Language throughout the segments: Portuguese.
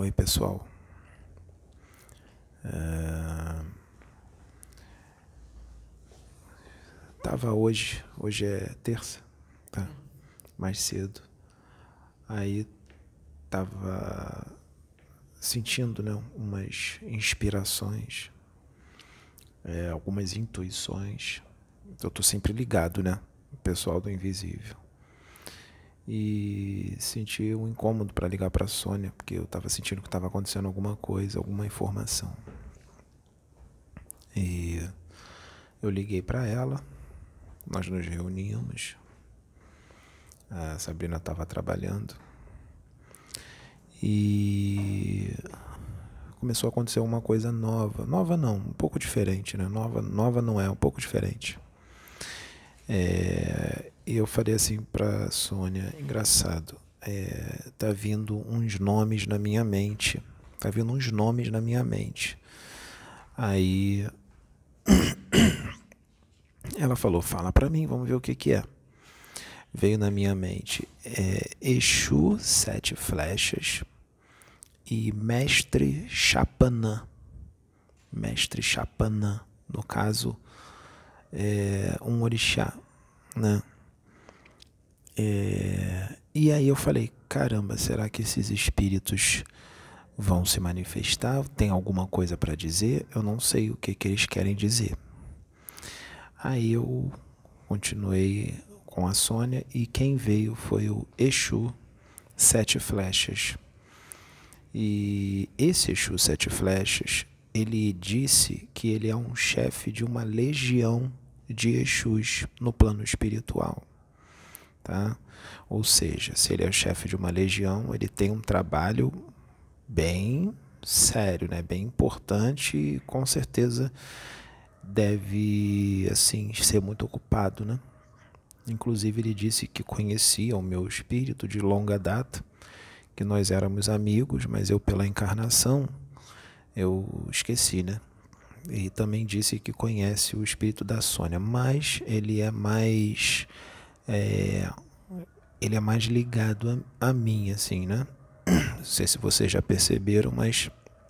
Oi, pessoal. Hoje é terça, tá? Mais cedo. Aí tava sentindo, né, umas inspirações, algumas intuições. Eu tô sempre ligado, né? O pessoal do Invisível. E senti um incômodo para ligar para Sônia, porque eu tava sentindo que tava acontecendo alguma coisa, alguma informação. E eu liguei para ela, nós nos reunimos. A Sabrina estava trabalhando e começou a acontecer uma coisa nova. Nova não, um pouco diferente, né? Nova não é, um pouco diferente. E eu falei assim pra Sônia, engraçado, tá vindo uns nomes na minha mente. Tá vindo uns nomes na minha mente. Aí ela falou, fala pra mim, vamos ver o que que é. Veio na minha mente Exu, 7 flechas e Mestre Chapanã. Mestre Chapanã, no caso, um orixá, né? E aí eu falei, caramba, será que esses espíritos vão se manifestar? Tem alguma coisa para dizer? Eu não sei o que que eles querem dizer. Aí eu continuei com a Sônia e quem veio foi o Exu 7 flechas. E esse Exu 7 flechas, ele disse que ele é um chefe de uma legião de Exus no plano espiritual, tá? Ou seja, se ele é o chefe de uma legião, ele tem um trabalho bem sério, né? Bem importante e com certeza deve, assim, ser muito ocupado, né? Inclusive ele disse que conhecia o meu espírito de longa data, que nós éramos amigos, mas eu pela encarnação eu esqueci, né? E também disse que conhece o espírito da Sônia, mas ele é mais ligado a mim, assim, né? Não sei se vocês já perceberam, mas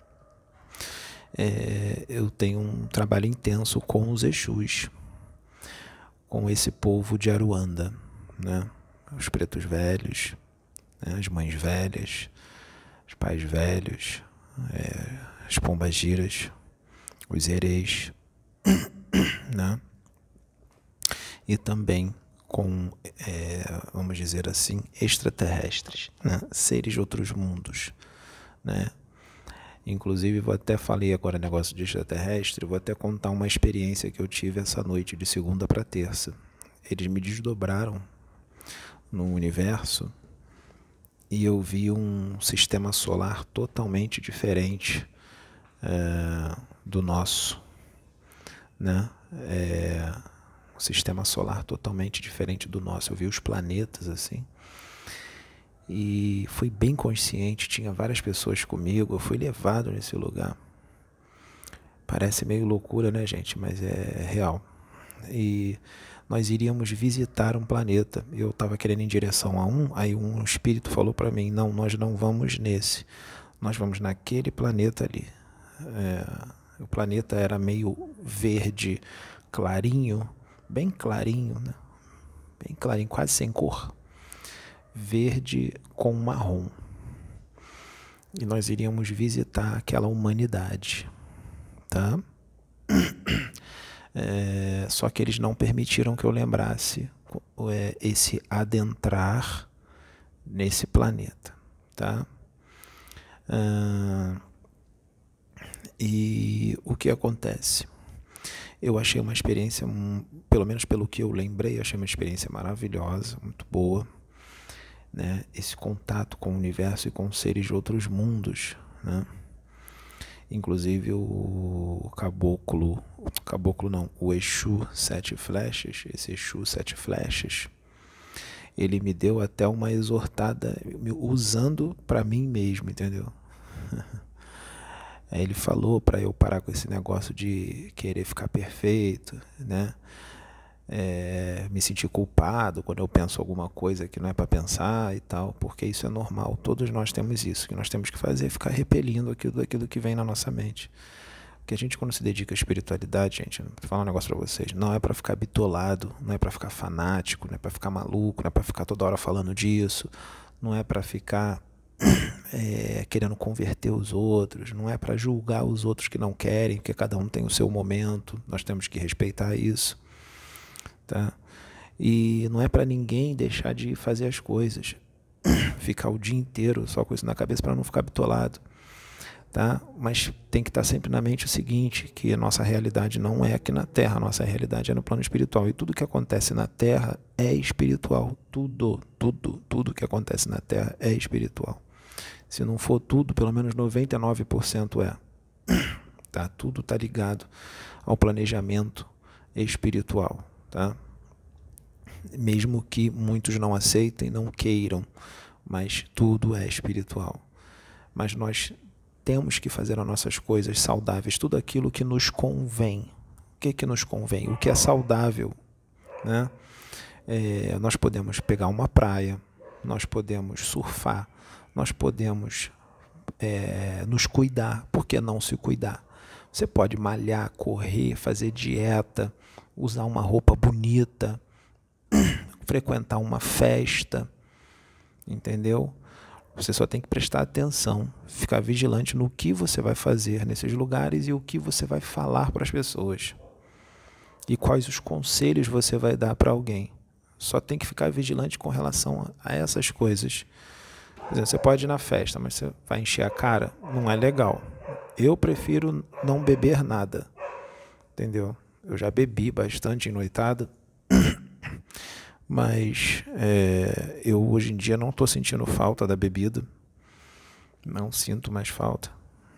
eu tenho um trabalho intenso com os Exus, com esse povo de Aruanda, né? Os pretos velhos, né? As mães velhas, os pais velhos, as pombagiras, os hereis, né? E também com, vamos dizer assim, extraterrestres, né? Seres de outros mundos, né? Inclusive, vou até falei agora negócio de extraterrestre, vou até contar uma experiência que eu tive essa noite, de segunda para terça. Eles me desdobraram no universo e eu vi um sistema solar totalmente diferente do nosso, né? Um sistema solar totalmente diferente do nosso. Eu vi os planetas assim e fui bem consciente, tinha várias pessoas comigo, eu fui levado nesse lugar. Parece meio loucura, né, gente? Mas é real. E nós iríamos visitar um planeta. Eu estava querendo ir em direção a um, aí um espírito falou para mim, não, nós não vamos nesse, nós vamos naquele planeta ali. O planeta era meio verde clarinho, bem clarinho, né? Bem clarinho, quase sem cor. Verde com marrom. E nós iríamos visitar aquela humanidade, tá? Só que eles não permitiram que eu lembrasse esse adentrar nesse planeta, tá? E o que acontece? Eu achei uma experiência, pelo menos pelo que eu lembrei, achei uma experiência maravilhosa, muito boa, né? Esse contato com o universo e com seres de outros mundos, né? Inclusive o caboclo não, o Exu 7 flechas, esse Exu 7 flechas, ele me deu até uma exortada usando para mim mesmo, entendeu? Aí ele falou para eu parar com esse negócio de querer ficar perfeito, né? me sentir culpado quando eu penso alguma coisa que não é para pensar e tal, porque isso é normal. Todos nós temos isso. O que nós temos que fazer é ficar repelindo aquilo que vem na nossa mente. Porque a gente, quando se dedica à espiritualidade, gente, vou falar um negócio para vocês, não é para ficar bitolado, não é para ficar fanático, não é para ficar maluco, não é para ficar toda hora falando disso, não é para ficar querendo converter os outros, não é para julgar os outros que não querem, porque cada um tem o seu momento, nós temos que respeitar isso, tá? E não é para ninguém deixar de fazer as coisas, ficar o dia inteiro só com isso na cabeça para não ficar bitolado, tá? Mas tem que estar sempre na mente o seguinte, que a nossa realidade não é aqui na Terra, a nossa realidade é no plano espiritual, e tudo que acontece na Terra é espiritual, tudo que acontece na Terra é espiritual. Se não for tudo, pelo menos 99% é. Tá? Tudo está ligado ao planejamento espiritual. Tá? Mesmo que muitos não aceitem, não queiram, mas tudo é espiritual. Mas nós temos que fazer as nossas coisas saudáveis, tudo aquilo que nos convém. O que nos convém? O que é saudável? Né? Nós podemos pegar uma praia, nós podemos surfar, nós podemos nos cuidar. Por que não se cuidar? Você pode malhar, correr, fazer dieta, usar uma roupa bonita, frequentar uma festa, entendeu? Você só tem que prestar atenção, ficar vigilante no que você vai fazer nesses lugares e o que você vai falar para as pessoas. E quais os conselhos você vai dar para alguém. Só tem que ficar vigilante com relação a essas coisas. Por exemplo, você pode ir na festa, mas você vai encher a cara, não é legal. Eu prefiro não beber nada, entendeu? Eu já bebi bastante em noitada, mas eu hoje em dia não estou sentindo falta da bebida, não sinto mais falta.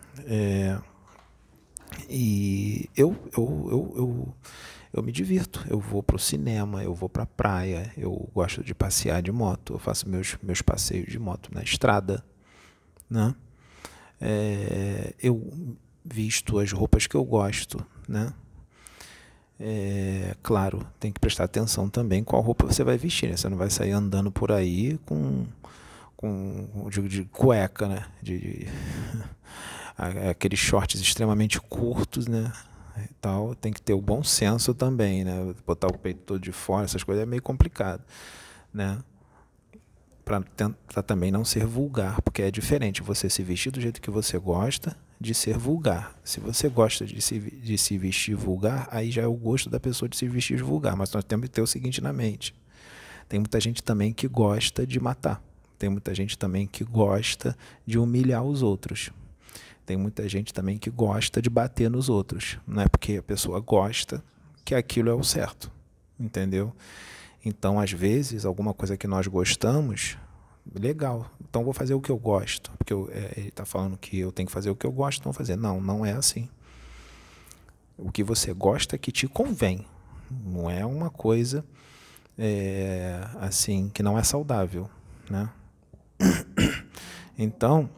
E eu me divirto, eu vou para o cinema, eu vou para a praia, eu gosto de passear de moto, eu faço meus passeios de moto na estrada, né? Eu visto as roupas que eu gosto, né? Claro, tem que prestar atenção também qual roupa você vai vestir, né? Você não vai sair andando por aí com de cueca, né? Aqueles shorts extremamente curtos, né? E tal. Tem que ter o bom senso também, né? Botar o peito todo de fora, essas coisas é meio complicado, né? Para tentar também não ser vulgar, porque é diferente você se vestir do jeito que você gosta de ser vulgar. Se você gosta de se vestir vulgar, aí já é o gosto da pessoa de se vestir vulgar, mas nós temos que ter o seguinte na mente. Tem muita gente também que gosta de matar. Tem muita gente também que gosta de humilhar os outros. Tem muita gente também que gosta de bater nos outros. Não é porque a pessoa gosta que aquilo é o certo, entendeu? Então, às vezes, alguma coisa que nós gostamos, legal, então vou fazer o que eu gosto. Porque ele está falando que eu tenho que fazer o que eu gosto, então vou fazer. Não, não é assim. O que você gosta é que te convém. Não é uma coisa assim, que não é saudável, né? Então,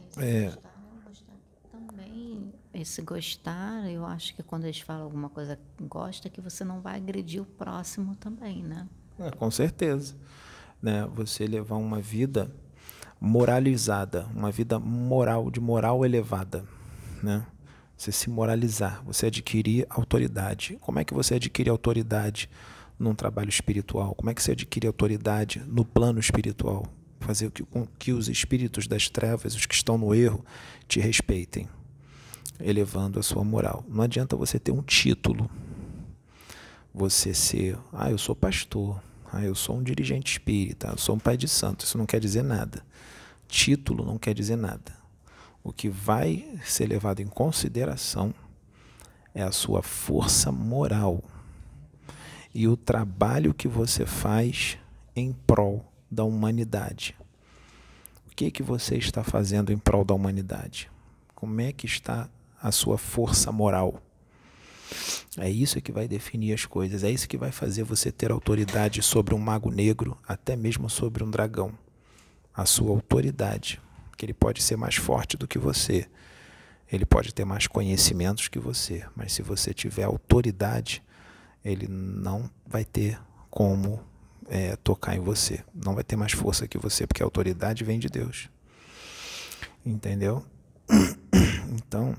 também esse gostar, eu acho que quando eles falam alguma coisa que gosta, que você não vai agredir o próximo também, né? com certeza, né? Você levar uma vida moralizada, uma vida moral, de moral elevada, né? Você se moralizar, você adquirir autoridade. Como é que você adquire autoridade num trabalho espiritual? Como é que você adquire autoridade no plano espiritual? Fazer com que os espíritos das trevas, os que estão no erro, te respeitem, elevando a sua moral. Não adianta você ter um título, você ser, eu sou pastor, eu sou um dirigente espírita, eu sou um pai de santo. Isso não quer dizer nada. Título não quer dizer nada. O que vai ser levado em consideração é a sua força moral e o trabalho que você faz em prol da humanidade. O que você está fazendo em prol da humanidade? Como é que está a sua força moral? É isso que vai definir as coisas, é isso que vai fazer você ter autoridade sobre um mago negro, até mesmo sobre um dragão. A sua autoridade, que ele pode ser mais forte do que você, ele pode ter mais conhecimentos que você, mas se você tiver autoridade, ele não vai ter como tocar em você. Não vai ter mais força que você, porque a autoridade vem de Deus. Entendeu? Então,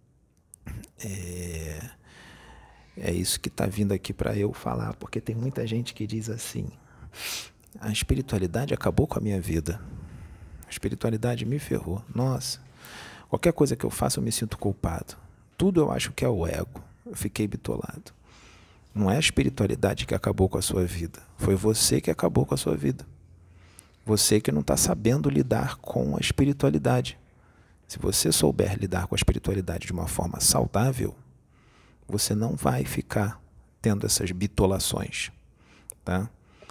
é isso que está vindo aqui para eu falar, porque tem muita gente que diz assim: a espiritualidade acabou com a minha vida. A espiritualidade me ferrou. Nossa, qualquer coisa que eu faço eu me sinto culpado. Tudo eu acho que é o ego. Eu fiquei bitolado. Não é a espiritualidade que acabou com a sua vida. Foi você que acabou com a sua vida. Você que não está sabendo lidar com a espiritualidade. Se você souber lidar com a espiritualidade de uma forma saudável, você não vai ficar tendo essas bitolações, tá?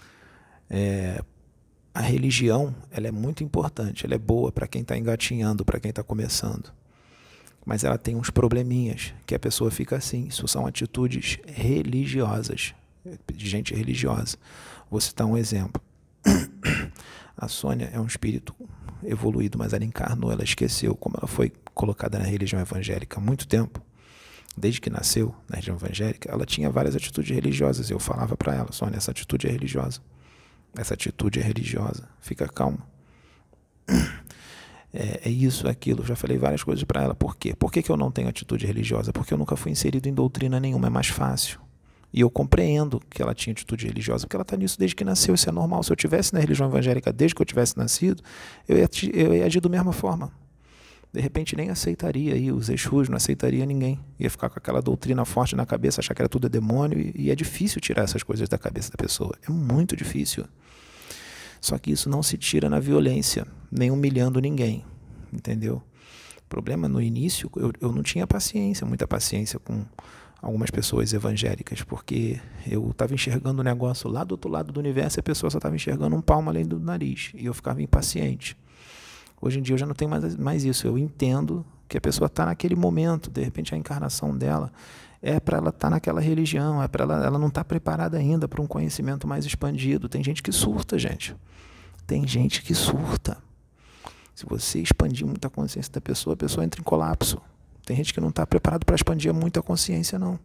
A religião, ela é muito importante, ela é boa para quem está engatinhando, para quem está começando. Mas ela tem uns probleminhas, que a pessoa fica assim. Isso são atitudes religiosas, de gente religiosa. Vou citar um exemplo. A Sônia é um espírito evoluído, mas ela encarnou, ela esqueceu. Como ela foi colocada na religião evangélica há muito tempo, desde que nasceu na religião evangélica, ela tinha várias atitudes religiosas. Eu falava para ela: Sônia, essa atitude é religiosa. Essa atitude é religiosa. Fica calma. É isso, é aquilo. Eu já falei várias coisas para ela. Por quê? Por que eu não tenho atitude religiosa? Porque eu nunca fui inserido em doutrina nenhuma. É mais fácil. E eu compreendo que ela tinha atitude religiosa, porque ela está nisso desde que nasceu. Isso é normal. Se eu tivesse na religião evangélica desde que eu tivesse nascido, eu ia agir da mesma forma. De repente nem aceitaria aí os Exus, não aceitaria ninguém. Ia ficar com aquela doutrina forte na cabeça, achar que era tudo demônio. E é difícil tirar essas coisas da cabeça da pessoa. É muito difícil. Só que isso não se tira na violência, nem humilhando ninguém, entendeu? O problema no início, eu não tinha paciência, muita paciência com algumas pessoas evangélicas, porque eu estava enxergando o negócio lá do outro lado do universo e a pessoa só estava enxergando um palmo além do nariz, e eu ficava impaciente. Hoje em dia eu já não tenho mais isso, eu entendo que a pessoa está naquele momento, de repente a encarnação dela é para ela estar naquela religião, é para ela não está preparada ainda para um conhecimento mais expandido. Tem gente que surta, gente. Tem gente que surta. Se você expandir muito a consciência da pessoa, a pessoa entra em colapso. Tem gente que não está preparado para expandir muito a consciência, não.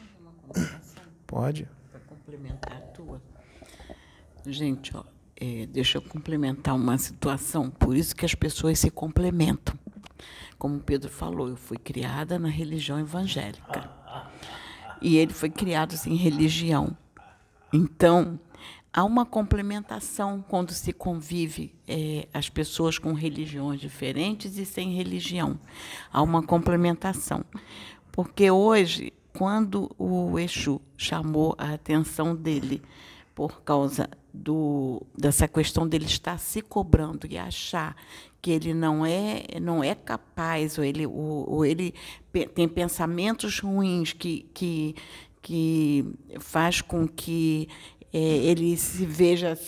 Pode? Para complementar a tua. Gente, deixa eu complementar uma situação. Por isso que as pessoas se complementam. Como o Pedro falou, eu fui criada na religião evangélica. E ele foi criado sem religião. Então, há uma complementação quando se convive as pessoas com religiões diferentes e sem religião. Há uma complementação. Porque hoje, quando o Exu chamou a atenção dele por causa dessa questão dele estar se cobrando e achar que ele não é capaz, ou ele tem pensamentos ruins que faz com que ele se veja...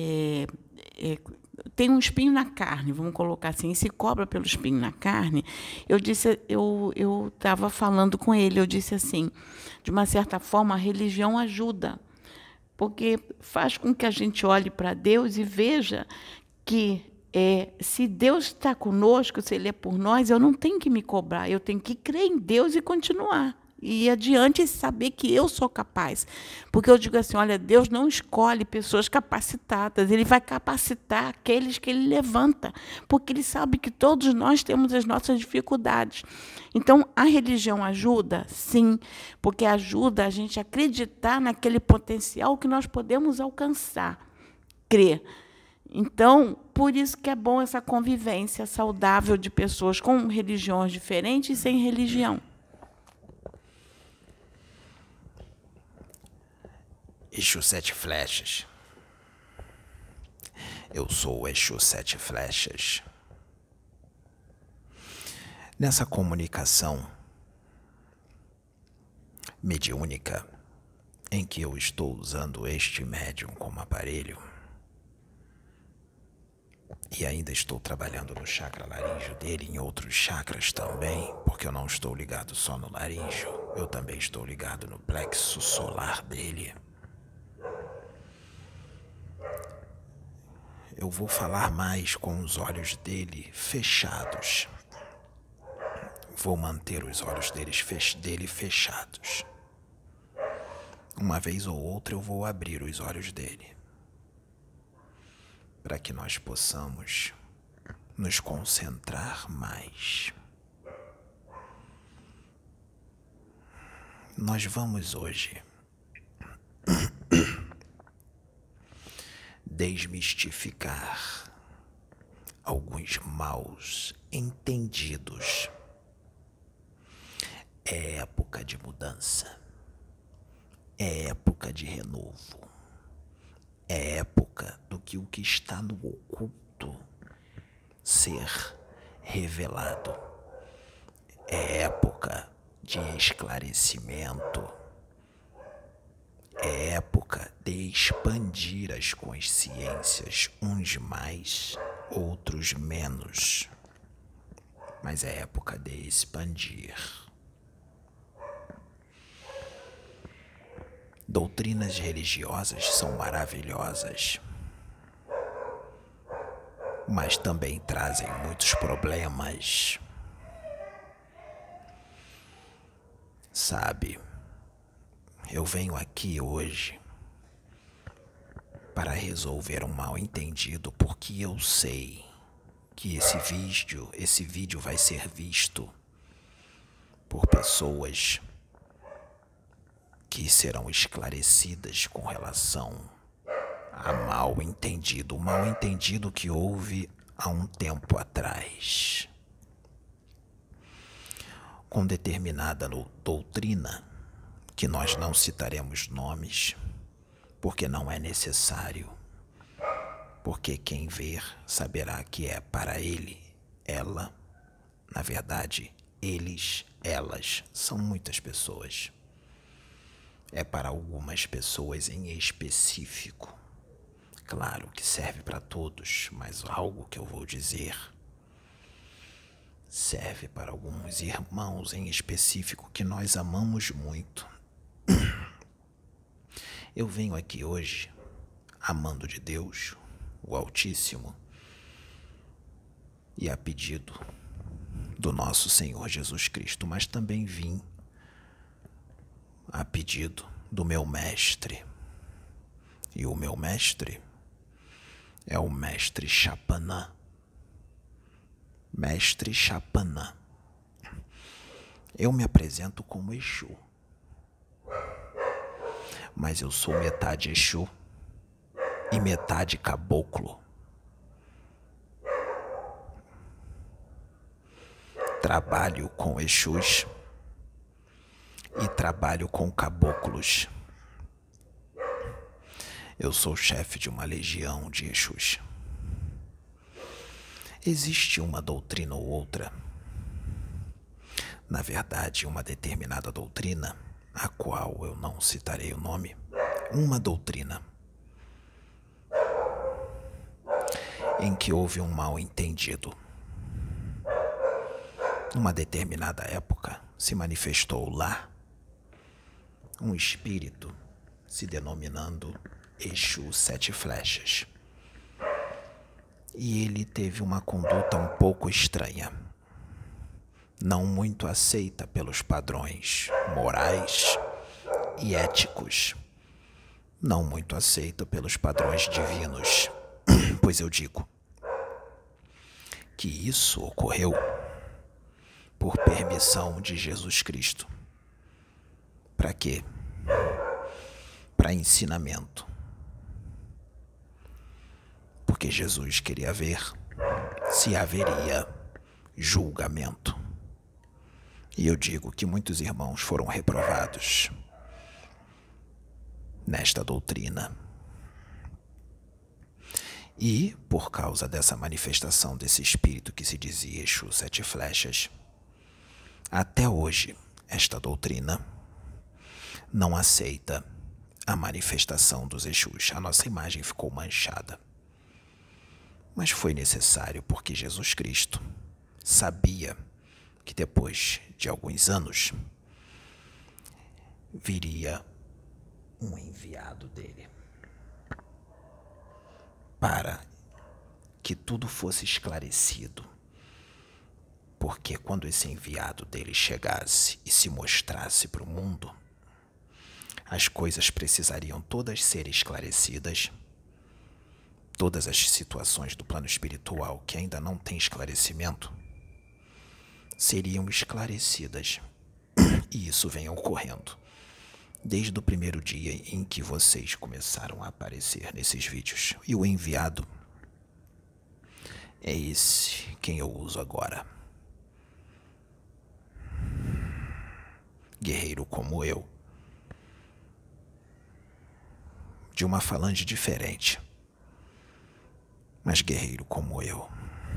tem um espinho na carne, vamos colocar assim, e se cobra pelo espinho na carne. Eu estava falando com ele, eu disse assim, de uma certa forma, a religião ajuda, porque faz com que a gente olhe para Deus e veja que se Deus está conosco, se Ele é por nós, eu não tenho que me cobrar, eu tenho que crer em Deus e continuar. E ir adiante e saber que eu sou capaz. Porque eu digo assim, olha, Deus não escolhe pessoas capacitadas, Ele vai capacitar aqueles que Ele levanta, porque Ele sabe que todos nós temos as nossas dificuldades. Então, a religião ajuda? Sim, porque ajuda a gente a acreditar naquele potencial que nós podemos alcançar, crer. Então, por isso que é bom essa convivência saudável de pessoas com religiões diferentes e sem religião. Exu Sete Flechas. Eu sou o Exu Sete Flechas. Nessa comunicação mediúnica em que eu estou usando este médium como aparelho e ainda estou trabalhando no chakra laríngeo dele, em outros chakras também, porque eu não estou ligado só no laríngeo, eu também estou ligado no plexo solar dele. Eu vou falar mais com os olhos dele fechados. Vou manter os olhos dele fechados. uma vez ou outra eu vou abrir os olhos dele, para que nós possamos nos concentrar mais. Nós vamos hoje desmistificar alguns maus entendidos. É época de mudança, é época de renovo, é época do que o que está no oculto ser revelado, é época de esclarecimento, é época de expandir as consciências, uns mais, outros menos, mas é época de expandir. Doutrinas religiosas são maravilhosas, mas também trazem muitos problemas. Sabe, eu venho aqui hoje para resolver um mal-entendido, porque eu sei que esse vídeo vai ser visto por pessoas que serão esclarecidas com relação a mal-entendido, o mal-entendido que houve há um tempo atrás, com determinada doutrina, que nós não citaremos nomes, porque não é necessário, porque quem ver saberá que é para ele, ela, na verdade, eles, elas, são muitas pessoas. É para algumas pessoas em específico. Claro que serve para todos, mas algo que eu vou dizer serve para alguns irmãos em específico que nós amamos muito. Eu venho aqui hoje, amando de Deus, o Altíssimo, e a pedido do nosso Senhor Jesus Cristo, mas também vim a pedido do meu mestre. E o meu mestre é o mestre Chapanã. Mestre Chapanã. Eu me apresento como Exu, mas eu sou metade Exu e metade caboclo. Trabalho com Exus e trabalho com caboclos. Eu sou chefe de uma legião de Exus. Existe uma doutrina ou outra, na verdade, uma determinada doutrina, a qual eu não citarei o nome, uma doutrina em que houve um mal-entendido. Numa determinada época, se manifestou lá um espírito se denominando Exu Sete Flechas. E ele teve uma conduta um pouco estranha, não muito aceita pelos padrões morais e éticos, não muito aceita pelos padrões divinos, pois eu digo que isso ocorreu por permissão de Jesus Cristo. Para quê? Para ensinamento. Porque Jesus queria ver se haveria julgamento. E eu digo que muitos irmãos foram reprovados nesta doutrina. E, por causa dessa manifestação desse espírito que se dizia Exu Sete Flechas, até hoje, esta doutrina não aceita a manifestação dos Exus. A nossa imagem ficou manchada. Mas foi necessário porque Jesus Cristo sabia que depois de alguns anos viria um enviado dele para que tudo fosse esclarecido. Porque quando esse enviado dele chegasse e se mostrasse para o mundo, as coisas precisariam todas ser esclarecidas. Todas as situações do plano espiritual que ainda não têm esclarecimento seriam esclarecidas. E isso vem ocorrendo desde o primeiro dia em que vocês começaram a aparecer nesses vídeos. E o enviado é esse quem eu uso agora. Guerreiro como eu, de uma falange diferente, mas guerreiro como eu,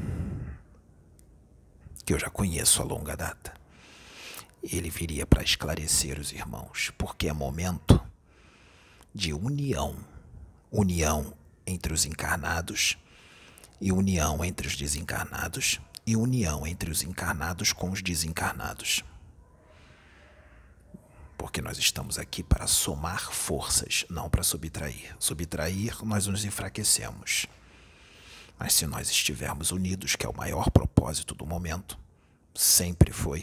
que eu já conheço a longa data. Ele viria para esclarecer os irmãos, porque é momento de união entre os encarnados e união entre os desencarnados e união entre os encarnados com os desencarnados. Porque nós estamos aqui para somar forças, não para subtrair. Subtrair, nós nos enfraquecemos. Mas se nós estivermos unidos, que é o maior propósito do momento, sempre foi,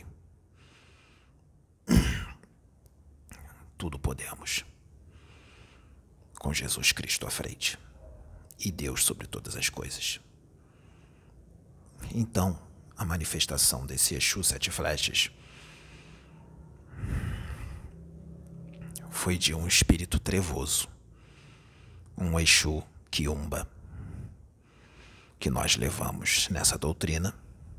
tudo podemos. Com Jesus Cristo à frente e Deus sobre todas as coisas. Então, a manifestação desse Exu Sete Flechas foi de um espírito trevoso, um Exu Quiumba, que nós levamos nessa doutrina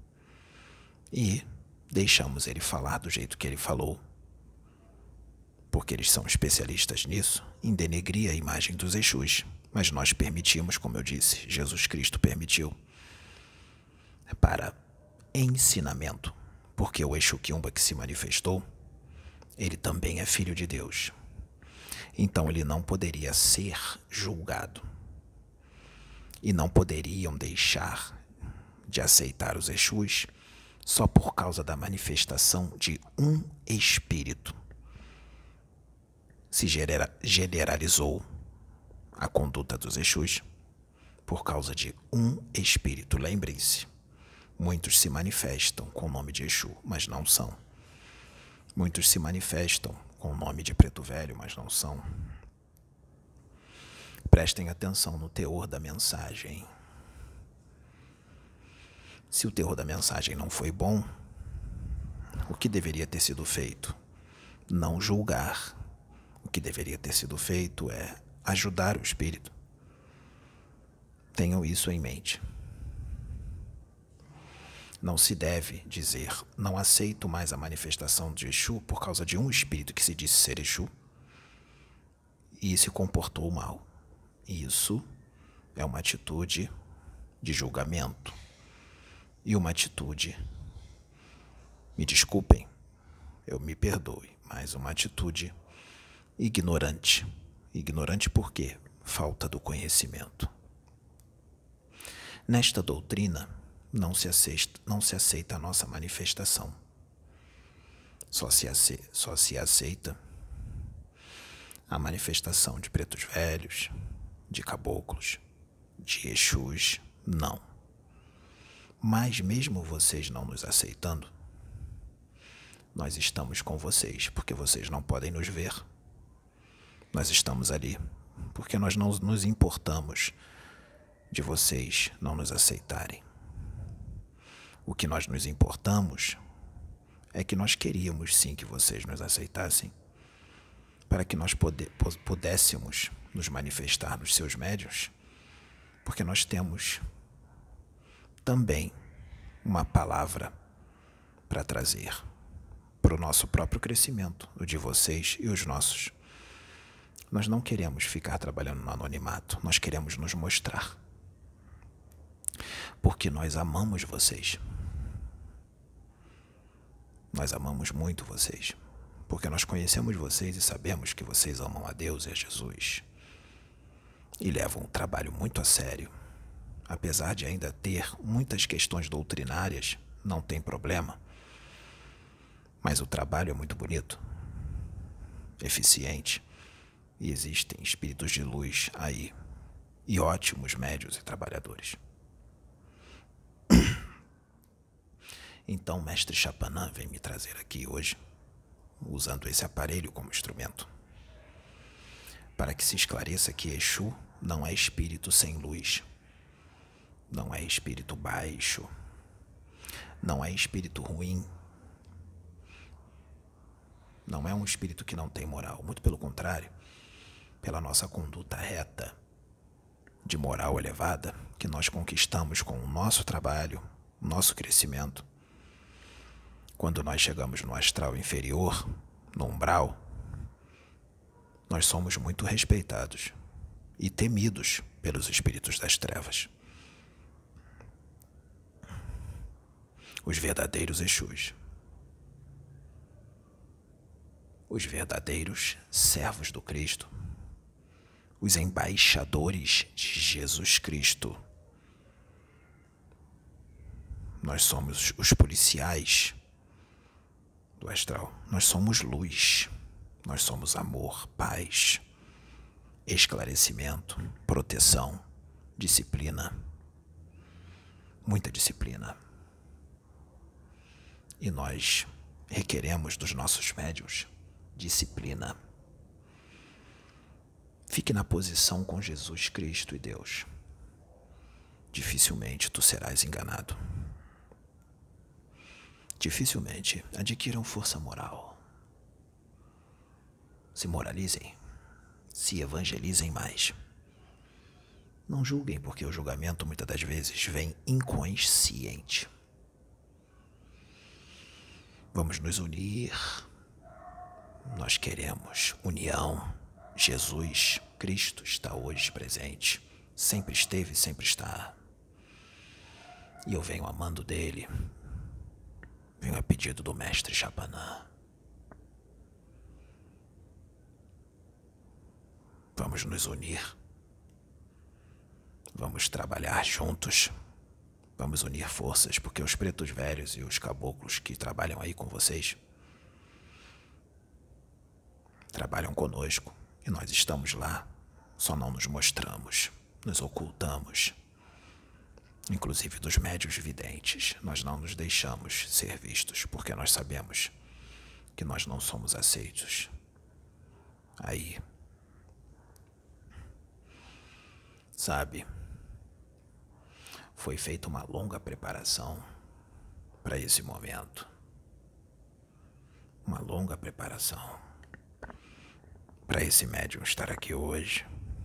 e deixamos ele falar do jeito que ele falou, porque eles são especialistas nisso, em denegrir a imagem dos Exus. Mas nós permitimos, como eu disse, Jesus Cristo permitiu, para ensinamento, porque o Exu Quiumba que se manifestou, ele também é filho de Deus. Então ele não poderia ser julgado. E não poderiam deixar de aceitar os Exus só por causa da manifestação de um espírito. Se generalizou a conduta dos Exus por causa de um espírito. Lembrem-se, muitos se manifestam com o nome de Exu, mas não são. Muitos se manifestam com o nome de Preto Velho, mas não são. Prestem atenção no teor da mensagem. Se o teor da mensagem não foi bom, o que deveria ter sido feito? Não julgar. O que deveria ter sido feito é ajudar o espírito. Tenham isso em mente. Não se deve dizer, não aceito mais a manifestação de Exu por causa de um espírito que se disse ser Exu e se comportou mal. Isso é uma atitude de julgamento e uma atitude, me desculpem, eu me perdoe, mas uma atitude ignorante. Ignorante por quê? Falta do conhecimento. Nesta doutrina, não se aceita a nossa manifestação. Só se aceita a manifestação de pretos velhos, de caboclos, de Exus, não. Mas mesmo vocês não nos aceitando, nós estamos com vocês, porque vocês não podem nos ver. Nós estamos ali, porque nós não nos importamos de vocês não nos aceitarem. O que nós nos importamos é que nós queríamos sim que vocês nos aceitassem, para que nós pudéssemos nos manifestar nos seus médiuns, porque nós temos também uma palavra para trazer para o nosso próprio crescimento, o de vocês e os nossos. Nós não queremos ficar trabalhando no anonimato, nós queremos nos mostrar, porque nós amamos vocês. Nós amamos muito vocês, porque nós conhecemos vocês e sabemos que vocês amam a Deus e a Jesus e levam o trabalho muito a sério. Apesar de ainda ter muitas questões doutrinárias, não tem problema, mas o trabalho é muito bonito, eficiente, e existem espíritos de luz aí e ótimos médios e trabalhadores. Então, mestre Chapanã vem me trazer aqui hoje, usando esse aparelho como instrumento, para que se esclareça que Exu não é espírito sem luz, não é espírito baixo, não é espírito ruim, não é um espírito que não tem moral. Muito pelo contrário, pela nossa conduta reta, de moral elevada, que nós conquistamos com o nosso trabalho, o nosso crescimento. Quando nós chegamos no astral inferior, no umbral, nós somos muito respeitados e temidos pelos espíritos das trevas. Os verdadeiros Exus. Os verdadeiros servos do Cristo. Os embaixadores de Jesus Cristo. Nós somos os policiais do astral. Nós somos luz. Nós somos amor, paz, esclarecimento, proteção, disciplina. Muita disciplina. E nós requeremos dos nossos médiuns disciplina. Fique na posição com Jesus Cristo e Deus. Dificilmente tu serás enganado. Dificilmente adquiram força moral. Se moralizem, se evangelizem mais. Não julguem, porque o julgamento muitas das vezes vem inconsciente. Vamos nos unir. Nós queremos união. Jesus Cristo está hoje presente. Sempre esteve, sempre está. E eu venho amando dele. Venho a pedido do mestre Chapanã. Vamos nos unir. Vamos trabalhar juntos. Vamos unir forças, porque os pretos velhos e os caboclos que trabalham aí com vocês trabalham conosco e nós estamos lá, só não nos mostramos, nos ocultamos. Inclusive dos médiuns videntes, nós não nos deixamos ser vistos, porque nós sabemos que nós não somos aceitos. Aí, sabe, foi feita uma longa preparação para esse momento. Uma longa preparação para esse médium estar aqui hoje.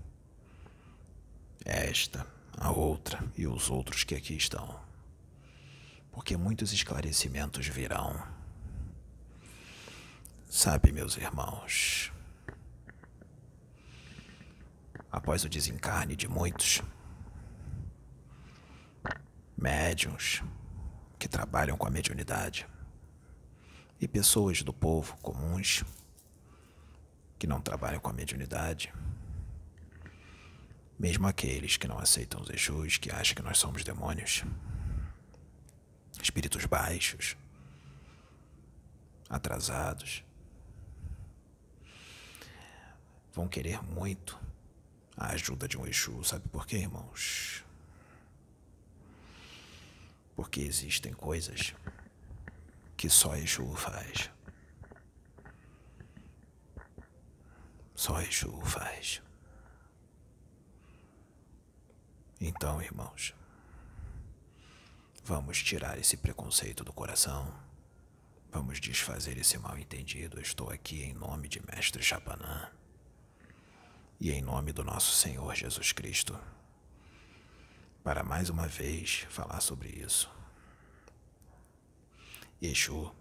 Esta, a outra e os outros que aqui estão. Porque muitos esclarecimentos virão. Sabe, meus irmãos, após o desencarne de muitos médiuns que trabalham com a mediunidade e pessoas do povo comuns que não trabalham com a mediunidade, mesmo aqueles que não aceitam os Exus, que acham que nós somos demônios, espíritos baixos, atrasados, vão querer muito a ajuda de um Exu. Sabe por quê, irmãos? Porque existem coisas que só Exu faz. Só Exu faz. Então, irmãos, vamos tirar esse preconceito do coração. Vamos desfazer esse mal-entendido. Eu estou aqui em nome de Mestre Chapanã e em nome do nosso Senhor Jesus Cristo, para mais uma vez falar sobre isso. Exu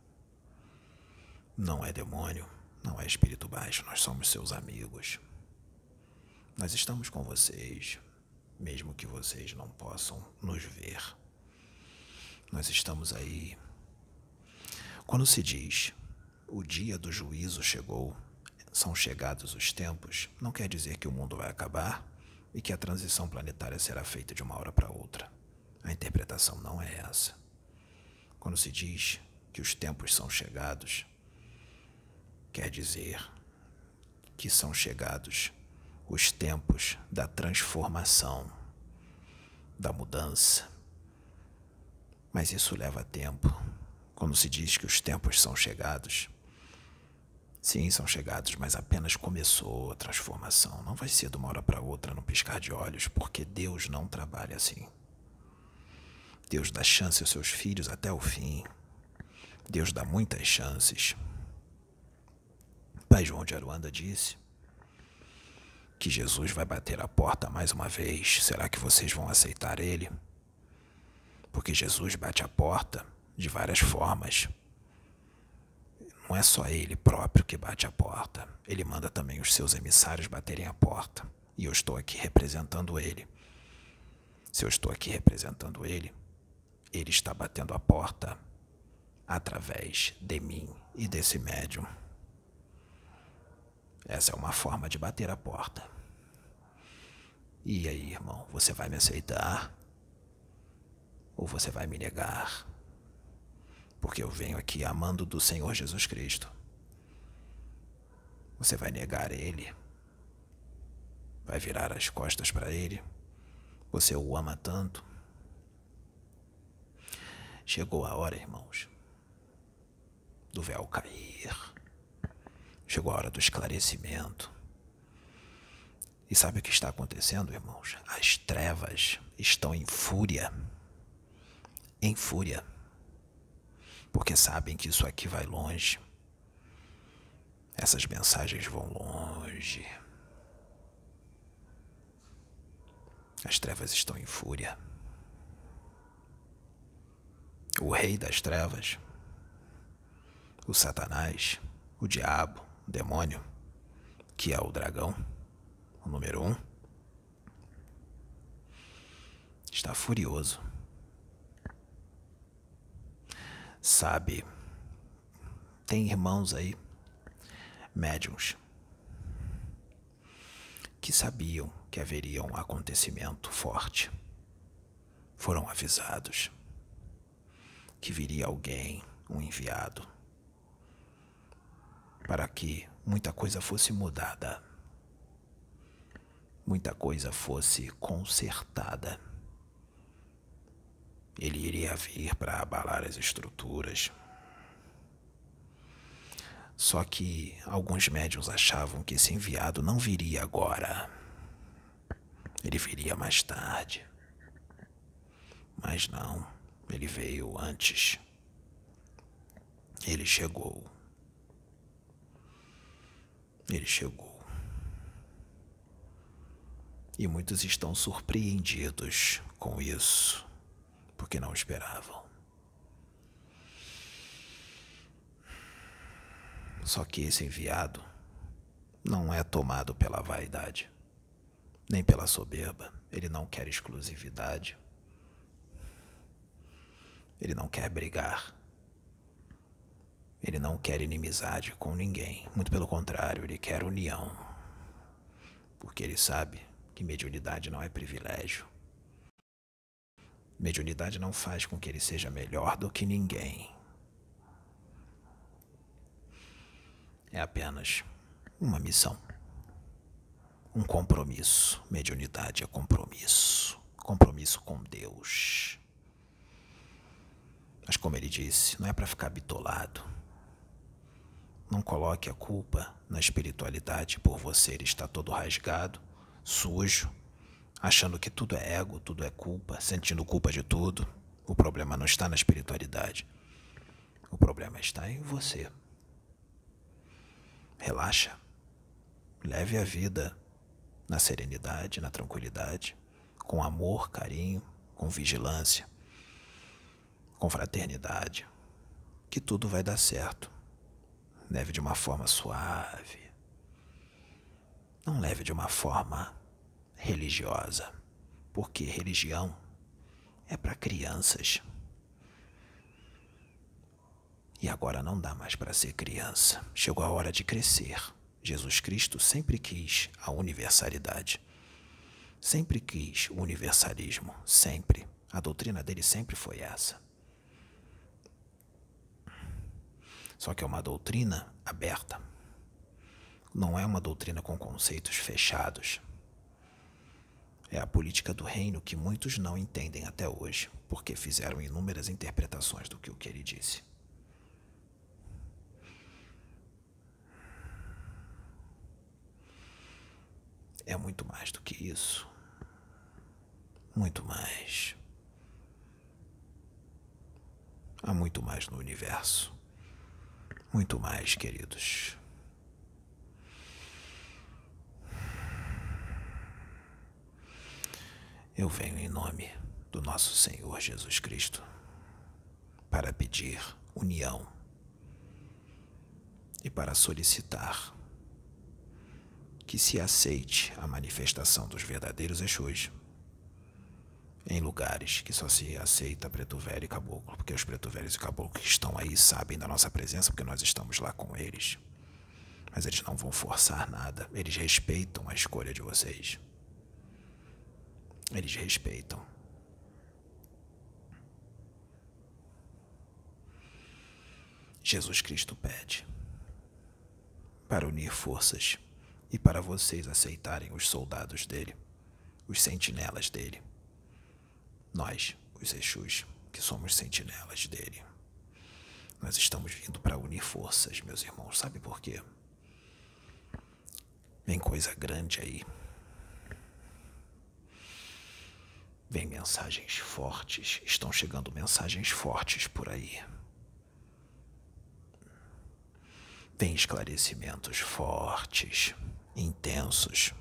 não é demônio, não é espírito baixo, nós somos seus amigos. Nós estamos com vocês, mesmo que vocês não possam nos ver. Nós estamos aí. Quando se diz o dia do juízo chegou, são chegados os tempos, não quer dizer que o mundo vai acabar e que a transição planetária será feita de uma hora para outra. A interpretação não é essa. Quando se diz que os tempos são chegados, quer dizer que são chegados os tempos da transformação, da mudança. Mas isso leva tempo. Quando se diz que os tempos são chegados, Sim, são chegados, mas apenas começou a transformação. Não vai ser de uma hora para outra, no piscar de olhos, porque Deus não trabalha assim. Deus dá chance aos seus filhos até o fim. Deus dá muitas chances. Pai João de Aruanda disse que Jesus vai bater a porta mais uma vez. Será que vocês vão aceitar ele? Porque Jesus bate a porta de várias formas. Não é só ele próprio que bate a porta. Ele manda também os seus emissários baterem a porta. E eu estou aqui representando ele. Se eu estou aqui representando ele, ele está batendo a porta através de mim e desse médium. Essa é uma forma de bater a porta. E aí, irmão, você vai me aceitar? Ou você vai me negar? Porque eu venho aqui amando do Senhor Jesus Cristo. Você vai negar ele? Vai virar as costas para ele? Você o ama tanto? Chegou a hora, irmãos, do véu cair. Chegou a hora do esclarecimento. E sabe o que está acontecendo, irmãos? As trevas estão em fúria. Em fúria. Porque sabem que isso aqui vai longe. Essas mensagens vão longe. As trevas estão em fúria. O rei das trevas, o Satanás, o diabo, o demônio, que é o dragão, o número 1, está furioso. Sabe, tem irmãos aí, médiuns, que sabiam que haveria um acontecimento forte. Foram avisados que viria alguém, um enviado, para que muita coisa fosse mudada, muita coisa fosse consertada. Ele iria vir para abalar as estruturas. Só que alguns médiuns achavam que esse enviado não viria agora. Ele viria mais tarde. Mas não, ele veio antes. Ele chegou. Ele chegou. E muitos estão surpreendidos com isso, porque não esperavam. Só que esse enviado não é tomado pela vaidade, nem pela soberba. Ele não quer exclusividade. Ele não quer brigar. Ele não quer inimizade com ninguém. Muito pelo contrário, ele quer união. Porque ele sabe que mediunidade não é privilégio. Mediunidade não faz com que ele seja melhor do que ninguém. É apenas uma missão. Um compromisso. Mediunidade é compromisso. Compromisso com Deus. Mas como ele disse, não é para ficar bitolado. Não coloque a culpa na espiritualidade por você estar todo rasgado, sujo, achando que tudo é ego, tudo é culpa, sentindo culpa de tudo. O problema não está na espiritualidade. O problema está em você. Relaxa. Leve a vida na serenidade, na tranquilidade, com amor, carinho, com vigilância, com fraternidade, que tudo vai dar certo. Leve de uma forma suave. Não leve de uma forma religiosa, porque religião é para crianças. E agora não dá mais para ser criança. Chegou a hora de crescer. Jesus Cristo sempre quis a universalidade. Sempre quis o universalismo. Sempre. A doutrina dele sempre foi essa. Só que é uma doutrina aberta. Não é uma doutrina com conceitos fechados. É a política do reino que muitos não entendem até hoje, porque fizeram inúmeras interpretações do que ele disse. é muito mais do que isso. Muito mais. Há muito mais no universo. Muito mais, queridos. Eu venho em nome do nosso Senhor Jesus Cristo para pedir união e para solicitar que se aceite a manifestação dos verdadeiros Exus em lugares que só se aceita preto velho e caboclo, porque os preto velhos e caboclos que estão aí sabem da nossa presença, porque nós estamos lá com eles. Mas eles não vão forçar nada, eles respeitam a escolha de vocês. Eles respeitam. Jesus Cristo pede para unir forças e para vocês aceitarem os soldados dele, os sentinelas dele. Nós, os Exus, que somos sentinelas dele. Nós estamos vindo para unir forças, meus irmãos. Sabe por quê? Vem coisa grande aí. Vem mensagens fortes. Estão chegando mensagens fortes por aí. Vem esclarecimentos fortes, intensos.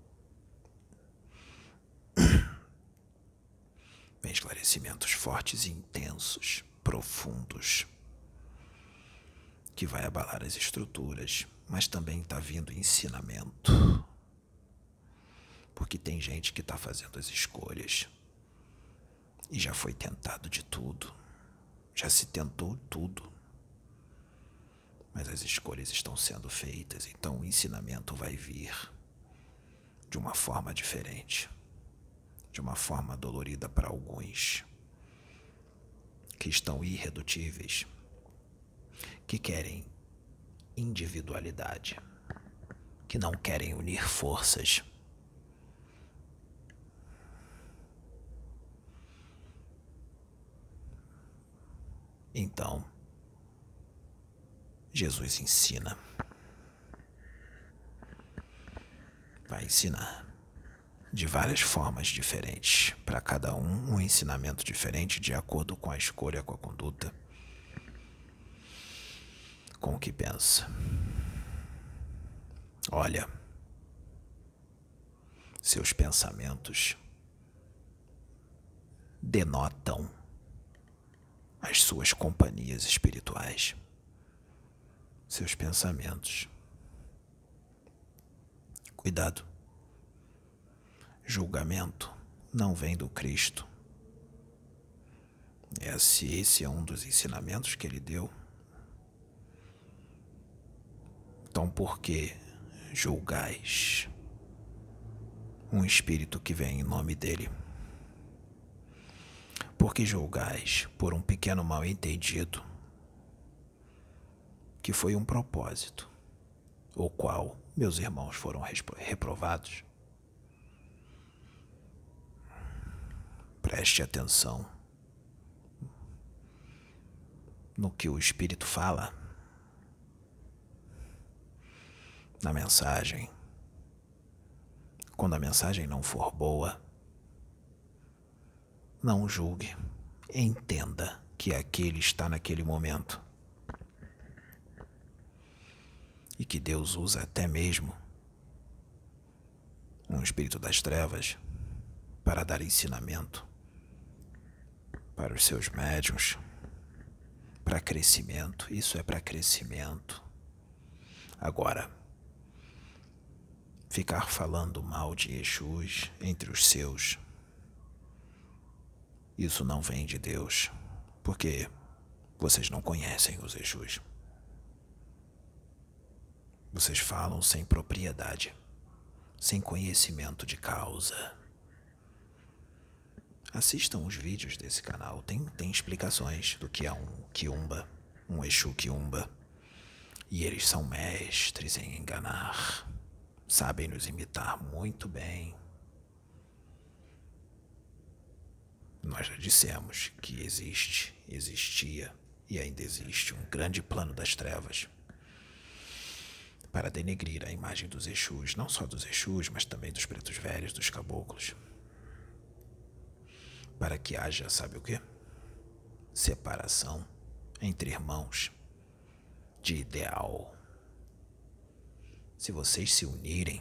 Vem esclarecimentos fortes e intensos, profundos, que vai abalar as estruturas, mas também está vindo ensinamento. Porque tem gente que está fazendo as escolhas e já foi tentado de tudo, já se tentou tudo, mas as escolhas estão sendo feitas, então o ensinamento vai vir de uma forma diferente. De uma forma dolorida para alguns que estão irredutíveis, que querem individualidade, que não querem unir forças. Então, Jesus ensina. Vai ensinar. De várias formas diferentes, para cada um ensinamento diferente de acordo com a escolha, com a conduta, com o que pensa. Olha, seus pensamentos denotam as suas companhias espirituais. Seus pensamentos. Cuidado. Julgamento não vem do Cristo. Esse é um dos ensinamentos que ele deu. Então, por que julgais um espírito que vem em nome dele? Por que julgais por um pequeno mal-entendido que foi um propósito, o qual meus irmãos foram reprovados? Preste atenção no que o Espírito fala na mensagem. Quando a mensagem não for boa, não julgue. Entenda que aquele está naquele momento. E que Deus usa até mesmo um espírito das trevas para dar ensinamento para os seus médiuns, para crescimento. Isso é para crescimento. Agora, ficar falando mal de Exus entre os seus, isso não vem de Deus, porque vocês não conhecem os Exus. Vocês falam sem propriedade, sem conhecimento de causa. Assistam os vídeos desse canal, tem explicações do que é um quiumba, um Exu quiumba. E eles são mestres em enganar, sabem nos imitar muito bem. Nós já dissemos que existia e ainda existe um grande plano das trevas para denegrir a imagem dos Exus, não só dos Exus, mas também dos pretos velhos, dos caboclos. Para que haja, sabe o quê? Separação entre irmãos de ideal. Se vocês se unirem,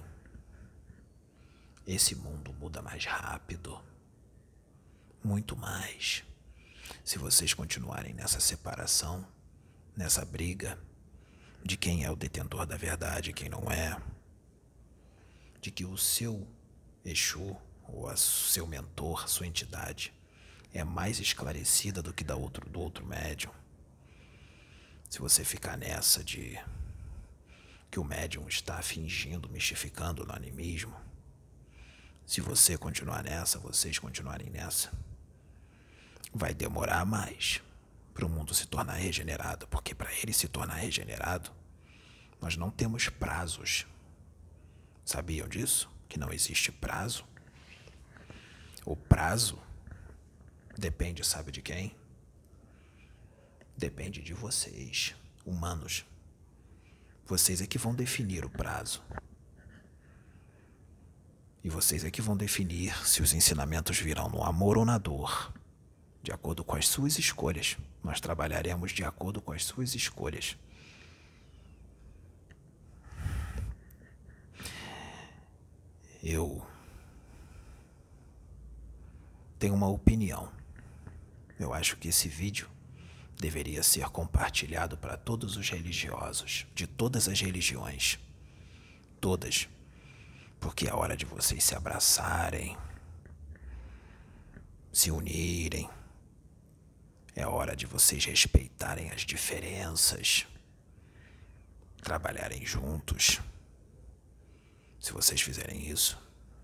esse mundo muda mais rápido, muito mais. Se vocês continuarem nessa separação, nessa briga de quem é o detentor da verdade e quem não é, de que o seu Exu ou o seu mentor, sua entidade, é mais esclarecida do que do outro médium. Se você ficar nessa de que o médium está fingindo, mistificando no animismo, se você continuar nessa, vocês continuarem nessa, vai demorar mais para o mundo se tornar regenerado, porque para ele se tornar regenerado, nós não temos prazos. Sabiam disso? Que não existe prazo? O prazo depende, sabe de quem? Depende de vocês, humanos. Vocês é que vão definir o prazo. E vocês é que vão definir se os ensinamentos virão no amor ou na dor. De acordo com as suas escolhas. Nós trabalharemos de acordo com as suas escolhas. Eu tenho uma opinião. Eu acho que esse vídeo deveria ser compartilhado para todos os religiosos, de todas as religiões. Todas. Porque é hora de vocês se abraçarem, se unirem. É hora de vocês respeitarem as diferenças, trabalharem juntos. Se vocês fizerem isso,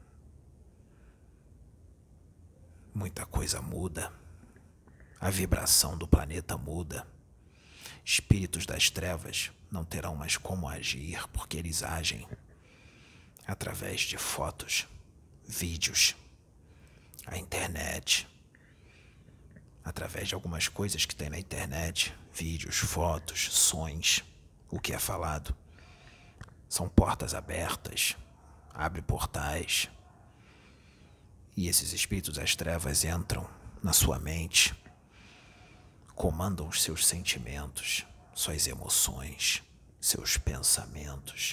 muita coisa muda. A vibração do planeta muda. Espíritos das trevas não terão mais como agir, porque eles agem através de fotos, vídeos, a internet, através de algumas coisas que tem na internet, vídeos, fotos, sons, o que é falado. São portas abertas, abre portais. E esses espíritos das trevas entram na sua mente, comandam os seus sentimentos, suas emoções, seus pensamentos.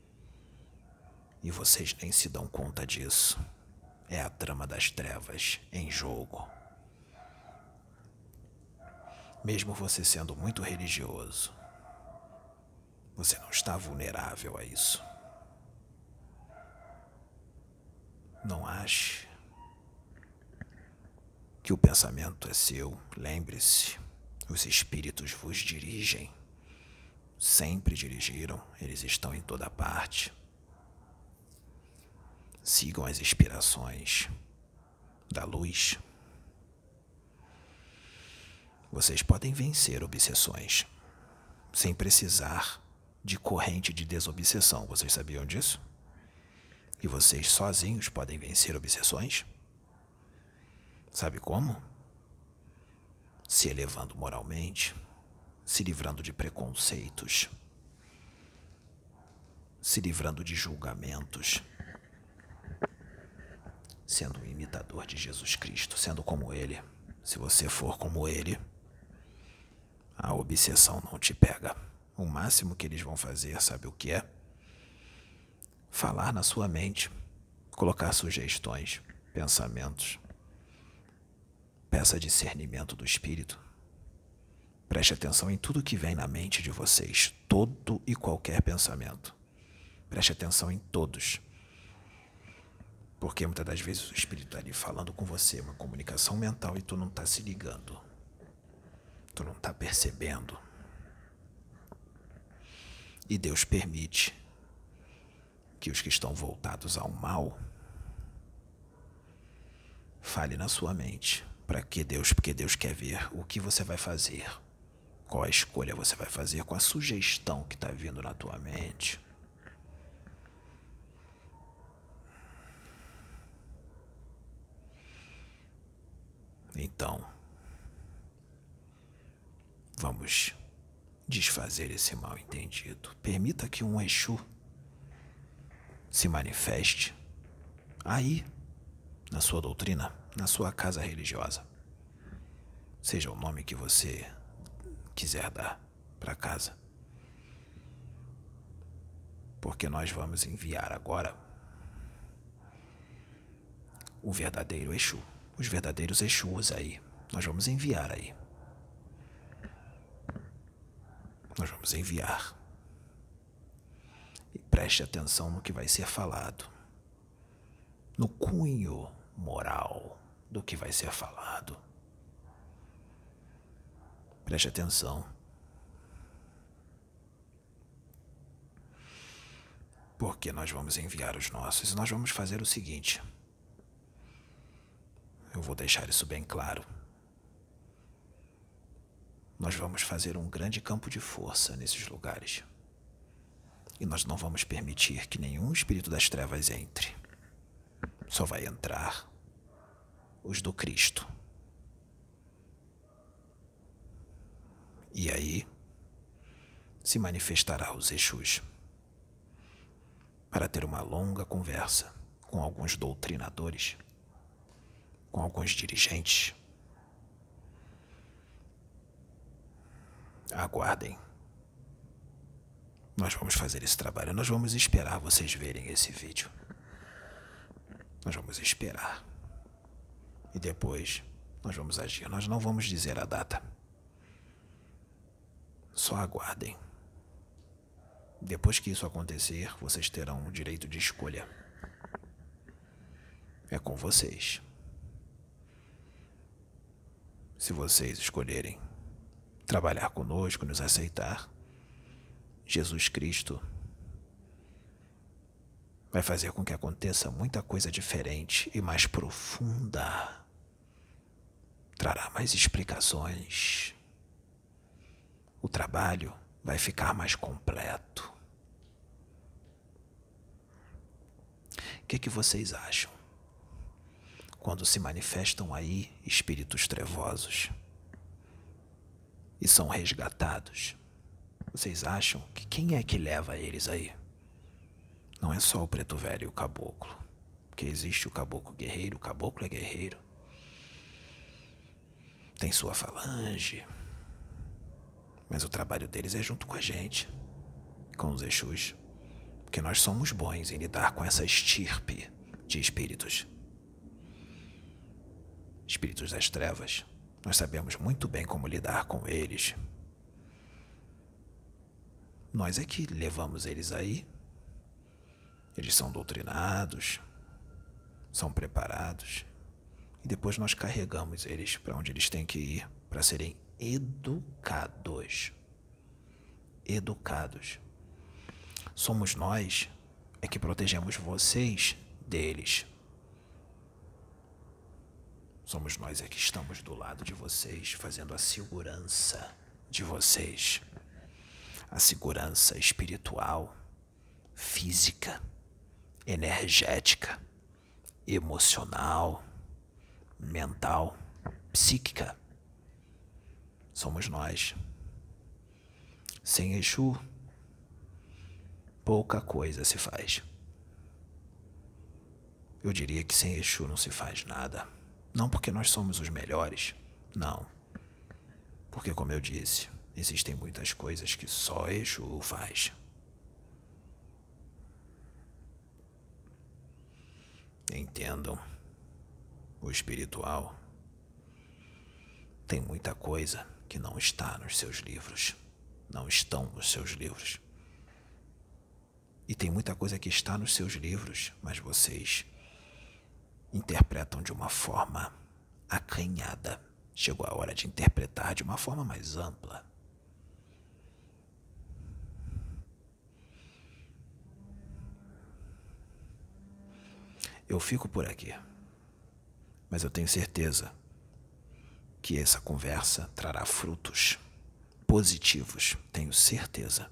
E vocês nem se dão conta disso. É a trama das trevas em jogo. Mesmo você sendo muito religioso, você não está vulnerável a isso. Não ache que o pensamento é seu. Lembre-se, os espíritos vos dirigem. Sempre dirigiram, eles estão em toda parte. Sigam as inspirações da luz. Vocês podem vencer obsessões sem precisar de corrente de desobsessão. Vocês sabiam disso? E vocês sozinhos podem vencer obsessões? Sabe como? Se elevando moralmente, se livrando de preconceitos, se livrando de julgamentos, sendo um imitador de Jesus Cristo, sendo como Ele. Se você for como Ele, a obsessão não te pega. O máximo que eles vão fazer, sabe o que é? Falar na sua mente, colocar sugestões, pensamentos. Peça discernimento do espírito. Preste atenção em tudo que vem na mente de vocês, todo e qualquer pensamento. Preste atenção em todos. Porque muitas das vezes o espírito está ali falando com você, uma comunicação mental, e tu não está se ligando. Tu não está percebendo. E Deus permite que os que estão voltados ao mal fale na sua mente. Porque Deus quer ver o que você vai fazer. Qual a escolha você vai fazer com a sugestão que está vindo na tua mente. Então, vamos desfazer esse mal-entendido. Permita que um Exu se manifeste aí, na sua doutrina, na sua casa religiosa. Seja o nome que você quiser dar para casa. Porque nós vamos enviar agora o verdadeiro Exu, os verdadeiros Exus aí. Nós vamos enviar aí. Nós vamos enviar. E preste atenção no que vai ser falado. No cunho moral do que vai ser falado. Preste atenção. Porque nós vamos enviar os nossos e nós vamos fazer o seguinte. Eu vou deixar isso bem claro. Nós vamos fazer um grande campo de força nesses lugares. E nós não vamos permitir que nenhum espírito das trevas entre. Só vai entrar os do Cristo. E aí se manifestará os Exus para ter uma longa conversa com alguns doutrinadores, com alguns dirigentes. Aguardem. Nós vamos fazer esse trabalho. Nós vamos esperar vocês verem esse vídeo. Nós vamos esperar. E depois nós vamos agir. Nós não vamos dizer a data. Só aguardem. Depois que isso acontecer, vocês terão o direito de escolha. É com vocês. Se vocês escolherem trabalhar conosco, nos aceitar, Jesus Cristo vai fazer com que aconteça muita coisa diferente e mais profunda. Trará mais explicações. O trabalho vai ficar mais completo. O que vocês acham? Quando se manifestam aí espíritos trevosos e são resgatados, vocês acham que quem é que leva eles aí? Não é só o preto velho e o caboclo, porque existe o caboclo guerreiro, o caboclo é guerreiro. Tem sua falange, mas o trabalho deles é junto com a gente, com os Exus, porque nós somos bons em lidar com essa estirpe de espíritos. Espíritos das trevas, nós sabemos muito bem como lidar com eles. Nós é que levamos eles aí. Eles são doutrinados, são preparados, e depois nós carregamos eles para onde eles têm que ir para serem educados. Educados. Somos nós é que protegemos vocês deles. Somos nós é que estamos do lado de vocês, fazendo a segurança de vocês. A segurança espiritual, física, energética, emocional, mental, psíquica. Somos nós. Sem Exu, pouca coisa se faz. Eu diria que sem Exu não se faz nada. Não porque nós somos os melhores, não. Porque, como eu disse, existem muitas coisas que só Exu faz. Entendam, o espiritual tem muita coisa que não está nos seus livros. Não estão nos seus livros. E tem muita coisa que está nos seus livros, mas vocês interpretam de uma forma acanhada. Chegou a hora de interpretar de uma forma mais ampla. Eu fico por aqui, mas eu tenho certeza que essa conversa trará frutos positivos, tenho certeza.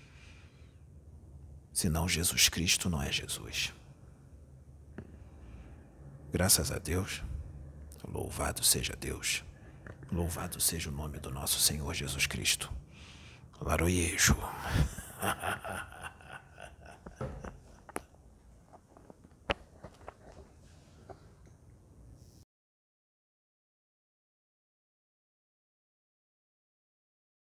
Senão Jesus Cristo não é Jesus. Graças a Deus, louvado seja Deus, louvado seja o nome do nosso Senhor Jesus Cristo. Laroyejo.